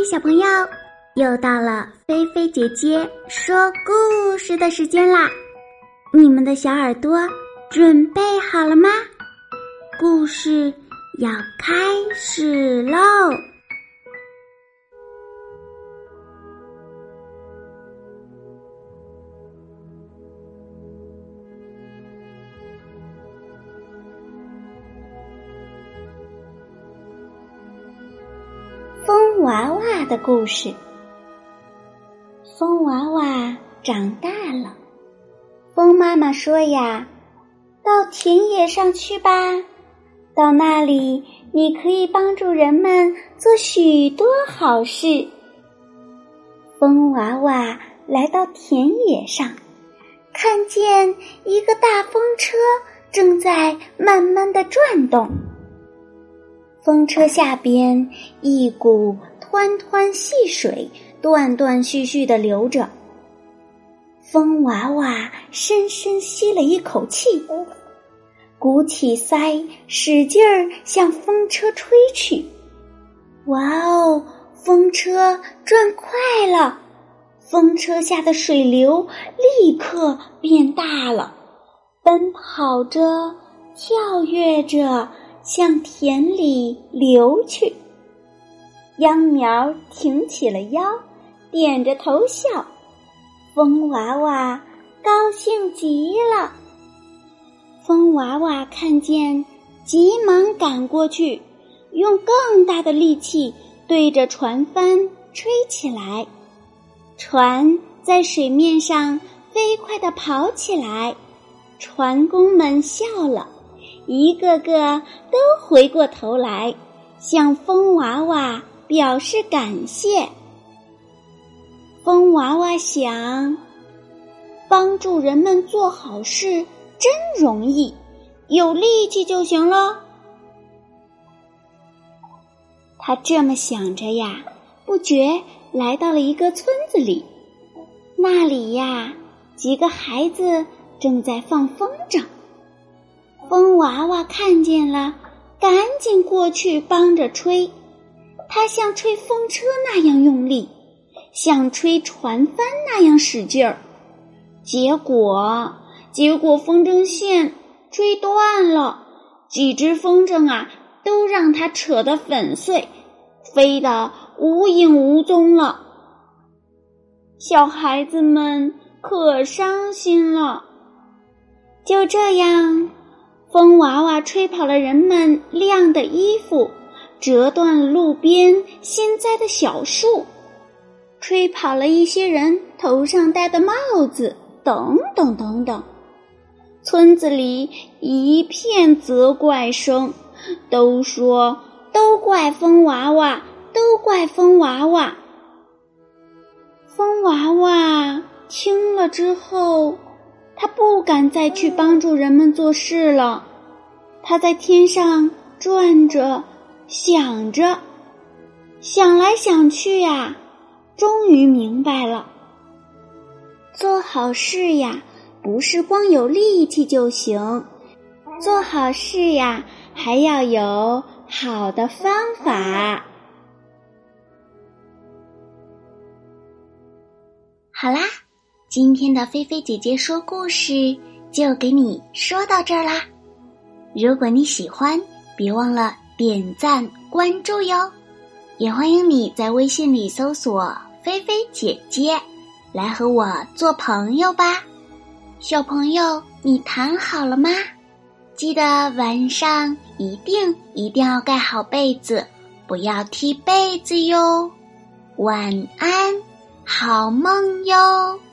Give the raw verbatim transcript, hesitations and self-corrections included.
小朋友，又到了菲菲姐姐说故事的时间啦！你们的小耳朵准备好了吗？故事要开始喽！风娃娃的故事。风娃娃长大了，风妈妈说呀，到田野上去吧，到那里你可以帮助人们做许多好事。风娃娃来到田野上，看见一个大风车正在慢慢地转动，风车下边一股湍湍细水断断续续地流着。风娃娃深深吸了一口气，鼓起腮使劲儿向风车吹去。哇哦，风车转快了，风车下的水流立刻变大了，奔跑着跳跃着向田里流去。秧苗挺起了腰，点着头笑，风娃娃高兴极了。风娃娃看见，急忙赶过去，用更大的力气对着船帆吹起来。船在水面上飞快地跑起来，船工们笑了，一个个都回过头来，向风娃娃表示感谢。风娃娃想，帮助人们做好事真容易，有力气就行了。他这么想着呀，不觉来到了一个村子里。那里呀，几个孩子正在放风筝。风娃娃看见了，赶紧过去帮着吹。他像吹风车那样用力，像吹船帆那样使劲儿。结果，结果风筝线吹断了，几只风筝啊，都让它扯得粉碎，飞得无影无踪了。小孩子们可伤心了。就这样，风娃娃吹跑了人们晾的衣服，折断了路边新栽的小树，吹跑了一些人头上戴的帽子，等等等等。村子里一片责怪声，都说都怪风娃娃，都怪风娃娃。风娃娃听了之后，他不敢再去帮助人们做事了。他在天上转着，想着，想来想去呀，终于明白了，做好事呀，不是光有力气就行，做好事呀，还要有好的方法。好啦，今天的菲菲姐姐说故事就给你说到这儿啦。如果你喜欢，别忘了点赞关注哟，也欢迎你在微信里搜索菲菲姐姐，来和我做朋友吧。小朋友，你躺好了吗？记得晚上一定一定要盖好被子，不要踢被子哟。晚安，好梦哟。